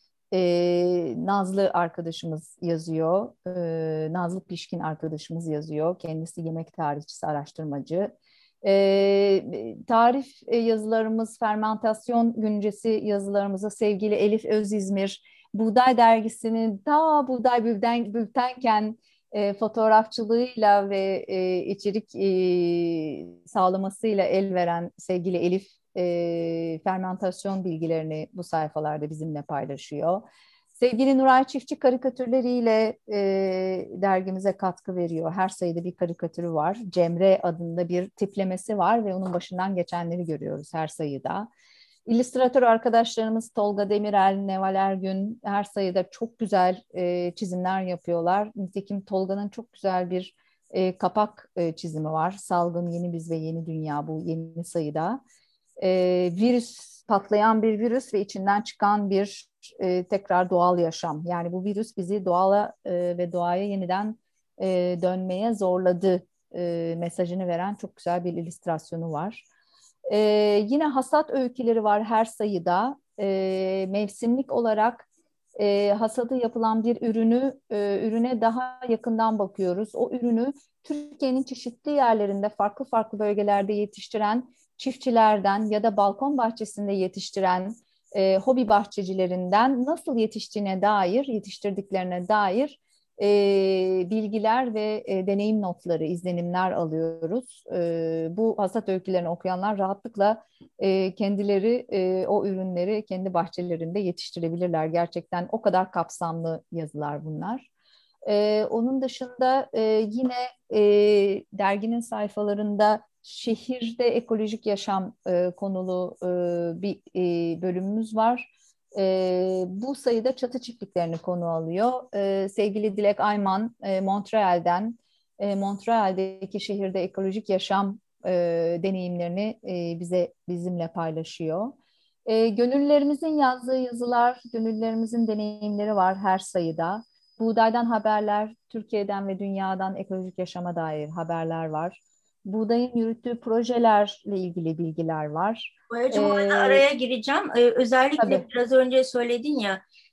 e, Nazlı arkadaşımız yazıyor. E, Nazlı Pişkin arkadaşımız yazıyor. Kendisi yemek tarihçisi, araştırmacı. E, tarif e, yazılarımız, fermentasyon güncesi yazılarımızı sevgili Elif Özizmir, Buğday Dergisi'nin ta Buğday Bülten, Bültenken e, fotoğrafçılığıyla ve e, içerik e, sağlamasıyla el veren sevgili Elif e, fermentasyon bilgilerini bu sayfalarda bizimle paylaşıyor. Sevgili Nuray Çiftçi karikatürleriyle e, dergimize katkı veriyor. Her sayıda bir karikatürü var. Cemre adında bir tiplemesi var ve onun başından geçenleri görüyoruz her sayıda. İllüstratör arkadaşlarımız Tolga Demirel, Neval Ergün her sayıda çok güzel e, çizimler yapıyorlar. Nitekim Tolga'nın çok güzel bir e, kapak e, çizimi var. Salgın, Yeni Biz ve Yeni Dünya bu yeni sayıda. E, virüs, patlayan bir virüs ve içinden çıkan bir e, tekrar doğal yaşam. Yani bu virüs bizi doğala e, ve doğaya yeniden e, dönmeye zorladı e, mesajını veren çok güzel bir illüstrasyonu var. Ee, yine hasat öyküleri var her sayıda. Ee, mevsimlik olarak e, hasadı yapılan bir ürünü, e, ürüne daha yakından bakıyoruz. O ürünü Türkiye'nin çeşitli yerlerinde, farklı farklı bölgelerde yetiştiren çiftçilerden ya da balkon bahçesinde yetiştiren e, hobi bahçecilerinden nasıl yetiştiğine dair, yetiştirdiklerine dair e, bilgiler ve e, deneyim notları, izlenimler alıyoruz. E, bu hasat öykülerini okuyanlar rahatlıkla e, kendileri e, o ürünleri kendi bahçelerinde yetiştirebilirler. Gerçekten o kadar kapsamlı yazılar bunlar. E, onun dışında e, yine e, derginin sayfalarında şehirde ekolojik yaşam e, konulu e, bir e, bölümümüz var. E, bu sayıda çatı çiftliklerini konu alıyor. E, sevgili Dilek Ayman, e, Montreal'den, e, Montreal'deki şehirde ekolojik yaşam e, deneyimlerini e, bize bizimle paylaşıyor. E, gönüllülerimizin yazdığı yazılar, gönüllülerimizin deneyimleri var her sayıda. Buğdaydan haberler, Türkiye'den ve dünyadan ekolojik yaşama dair haberler var. Buğdayın yürüttüğü projelerle ilgili bilgiler var. Boyacığım orada E, araya gireceğim. Ee, özellikle tabii. biraz önce söyledin ya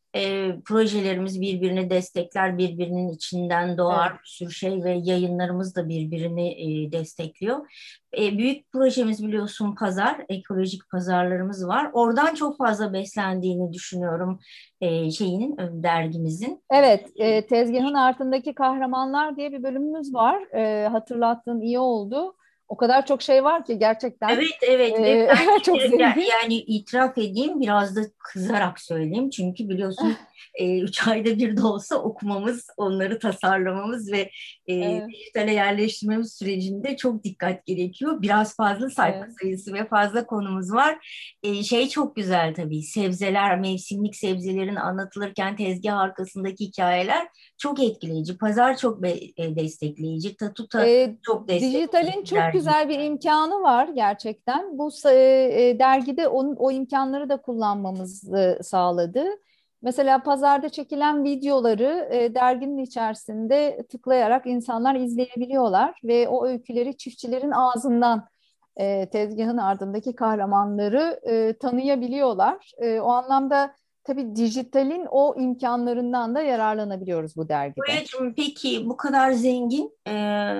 E, projelerimiz birbirini destekler, birbirinin içinden doğar Evet. bir sürü şey ve yayınlarımız da birbirini e, destekliyor. E, büyük projemiz biliyorsun pazar, ekolojik pazarlarımız var. Oradan çok fazla beslendiğini düşünüyorum e, şeyin, e, dergimizin. Evet, e, tezgahın altındaki kahramanlar diye bir bölümümüz var. E, hatırlattığın iyi oldu. O kadar çok şey var ki gerçekten Evet, evet ve e, çok ben de- zengin. yani itiraf edeyim, biraz da kızarak söyleyeyim çünkü biliyorsun e, üç ayda bir de olsa okumamız, onları tasarlamamız ve e, Evet, dijitale yerleştirmemiz sürecinde çok dikkat gerekiyor. Biraz fazla sayfa evet, sayısı ve fazla konumuz var. E, şey çok güzel tabii, sebzeler, mevsimlik sebzelerin anlatılırken tezgah arkasındaki hikayeler çok etkileyici. Pazar çok be- e, destekleyici, Tatuta E, çok destekleyici dijitalin çok dergi. güzel bir imkanı var gerçekten. Bu sa- e, e, dergide onun o imkanları da kullanmamızı sağladı. Mesela pazarda çekilen videoları e, derginin içerisinde tıklayarak insanlar izleyebiliyorlar ve o öyküleri çiftçilerin ağzından e, tezgahın ardındaki kahramanları e, tanıyabiliyorlar. E, o anlamda tabii dijitalin o imkanlarından da yararlanabiliyoruz bu dergide. Boyacığım, peki bu kadar zengin e,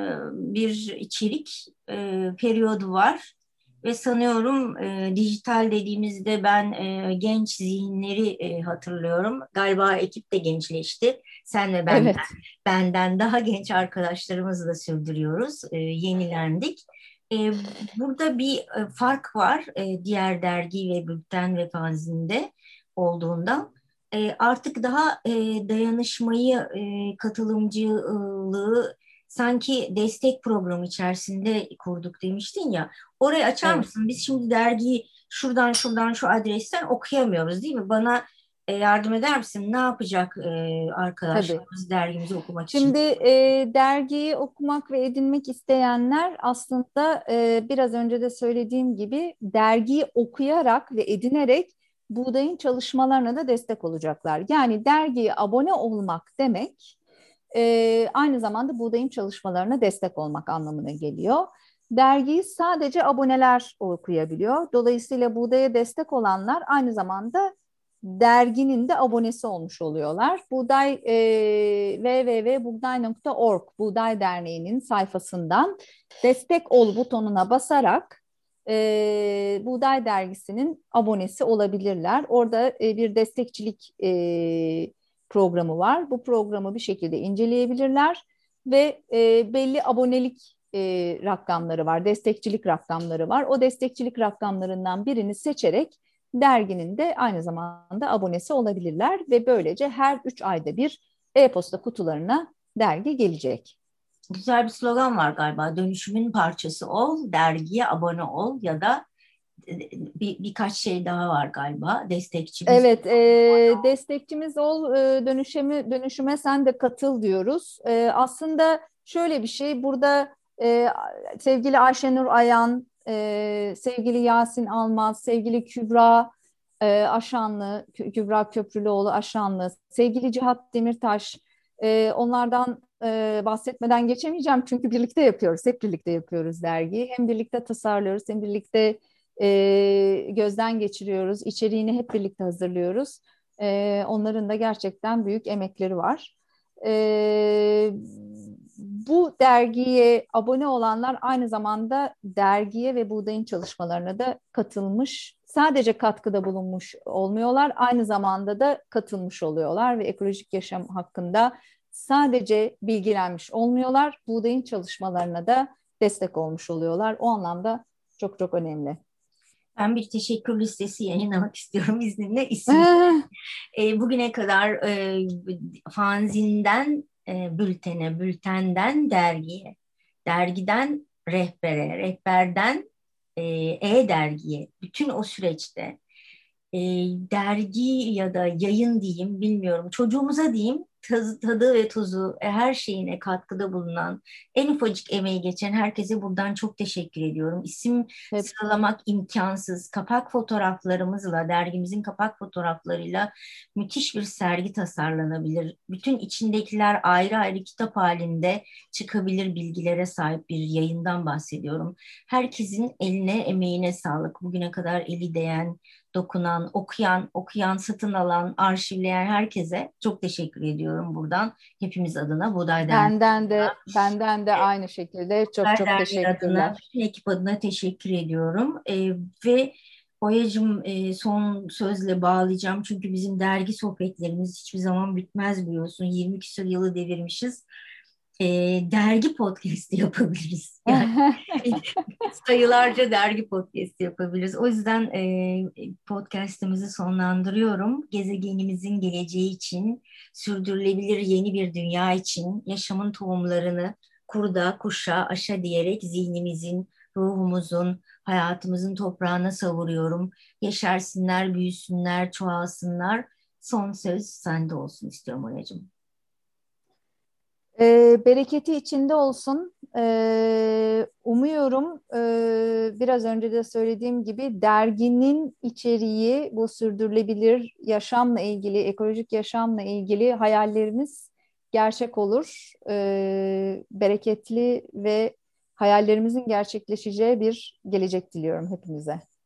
bir içerik e, periyodu var ve sanıyorum e, dijital dediğimizde ben e, genç zihinleri e, hatırlıyorum. Galiba ekip de gençleşti. Sen ve ben Evet. benden daha genç arkadaşlarımızla sürdürüyoruz. E, yenilendik. E, burada bir e, fark var e, diğer dergi ve bülten ve fanzinde olduğundan. E, artık daha e, dayanışmayı, e, katılımcılığı sanki destek programı içerisinde kurduk demiştin ya. Orayı açar Evet. mısın? Biz şimdi dergiyi şuradan şuradan şu adresten okuyamıyoruz değil mi? Bana e, yardım eder misin? Ne yapacak e, Tabii. arkadaşlarımız dergimizi okumak için? Şimdi e, dergiyi okumak ve edinmek isteyenler aslında e, biraz önce de söylediğim gibi dergiyi okuyarak ve edinerek Buğday'ın çalışmalarına da destek olacaklar. Yani dergiye abone olmak demek e, aynı zamanda Buğday'ın çalışmalarına destek olmak anlamına geliyor. Dergiyi sadece aboneler okuyabiliyor. Dolayısıyla Buğday'a destek olanlar aynı zamanda derginin de abonesi olmuş oluyorlar. Buğday e, w w w nokta buğday nokta org Buğday Derneği'nin sayfasından destek ol butonuna basarak e, Buğday Dergisi'nin abonesi olabilirler. Orada e, bir destekçilik e, programı var. Bu programı bir şekilde inceleyebilirler ve e, belli abonelik e, rakamları var, destekçilik rakamları var. O destekçilik rakamlarından birini seçerek derginin de aynı zamanda abonesi olabilirler ve böylece her üç ayda bir e-posta kutularına dergi gelecek. Güzel bir slogan var galiba. Dönüşümün parçası ol, dergiye abone ol ya da e, bir, birkaç şey daha var galiba. Destekçimiz. Evet, e, destekçimiz ol, e, dönüşümü, dönüşüme sen de katıl diyoruz. E, aslında şöyle bir şey, burada e, sevgili Ayşenur Ayan, e, sevgili Yasin Almaz, sevgili Kübra e, Aşanlı, Kü- Kübra Köprülüoğlu Aşanlı, sevgili Cihat Demirtaş, e, onlardan e, bahsetmeden geçemeyeceğim çünkü birlikte yapıyoruz, hep birlikte yapıyoruz dergiyi. Hem birlikte tasarlıyoruz, hem birlikte e, gözden geçiriyoruz. İçeriğini hep birlikte hazırlıyoruz. E, onların da gerçekten büyük emekleri var. E, Bu dergiye abone olanlar aynı zamanda dergiye ve Buğday'ın çalışmalarına da katılmış. Sadece katkıda bulunmuş olmuyorlar, aynı zamanda da katılmış oluyorlar ve ekolojik yaşam hakkında sadece bilgilenmiş olmuyorlar, Buğday'ın çalışmalarına da destek olmuş oluyorlar. O anlamda çok çok önemli. Ben bir teşekkür listesi yayınlamak istiyorum izninle. İsim e, bugüne kadar e, fanzinden e, bültene, bültenden dergiye, dergiden rehbere, rehberden e, e-dergiye, bütün o süreçte e, dergi ya da yayın diyeyim bilmiyorum çocuğumuza diyeyim taz- tadı ve tuzu, e, her şeyine katkıda bulunan, en ufacık emeği geçen herkese buradan çok teşekkür ediyorum. İsim Hep sıralamak imkansız. Kapak fotoğraflarımızla, dergimizin kapak fotoğraflarıyla müthiş bir sergi tasarlanabilir. Bütün içindekiler ayrı ayrı kitap halinde çıkabilir bilgilere sahip bir yayından bahsediyorum. Herkesin eline, emeğine sağlık. Bugüne kadar eli değen, dokunan, okuyan, okuyan, satın alan, arşivleyen herkese çok teşekkür ediyorum buradan. Hepimiz adına Buğday Derneği benden adına, de benden de aynı şekilde çok Buğday çok Derneği adına, teşekkürler. bütün ekip adına teşekkür ediyorum. Ee, ve Oya'cığım, e, son sözle bağlayacağım. Çünkü bizim dergi sohbetlerimiz hiçbir zaman bitmez biliyorsun. yirmi küsur yılı devirmişiz. Ee, dergi podcast'i yapabiliriz. Yani sayılarca dergi podcast yapabiliriz. O yüzden e, podcast'imizi sonlandırıyorum. Gezegenimizin geleceği için, sürdürülebilir yeni bir dünya için yaşamın tohumlarını kurda, kuşa, aşa diyerek zihnimizin, ruhumuzun, hayatımızın toprağına savuruyorum. Yeşersinler, büyüsünler, çoğalsınlar. Son söz sende olsun istiyorum Oya'cığım. Ee, bereketi içinde olsun. Ee, umuyorum e, biraz önce de söylediğim gibi derginin içeriği bu sürdürülebilir yaşamla ilgili, ekolojik yaşamla ilgili hayallerimiz gerçek olur. Ee, bereketli ve hayallerimizin gerçekleşeceği bir gelecek diliyorum hepimize.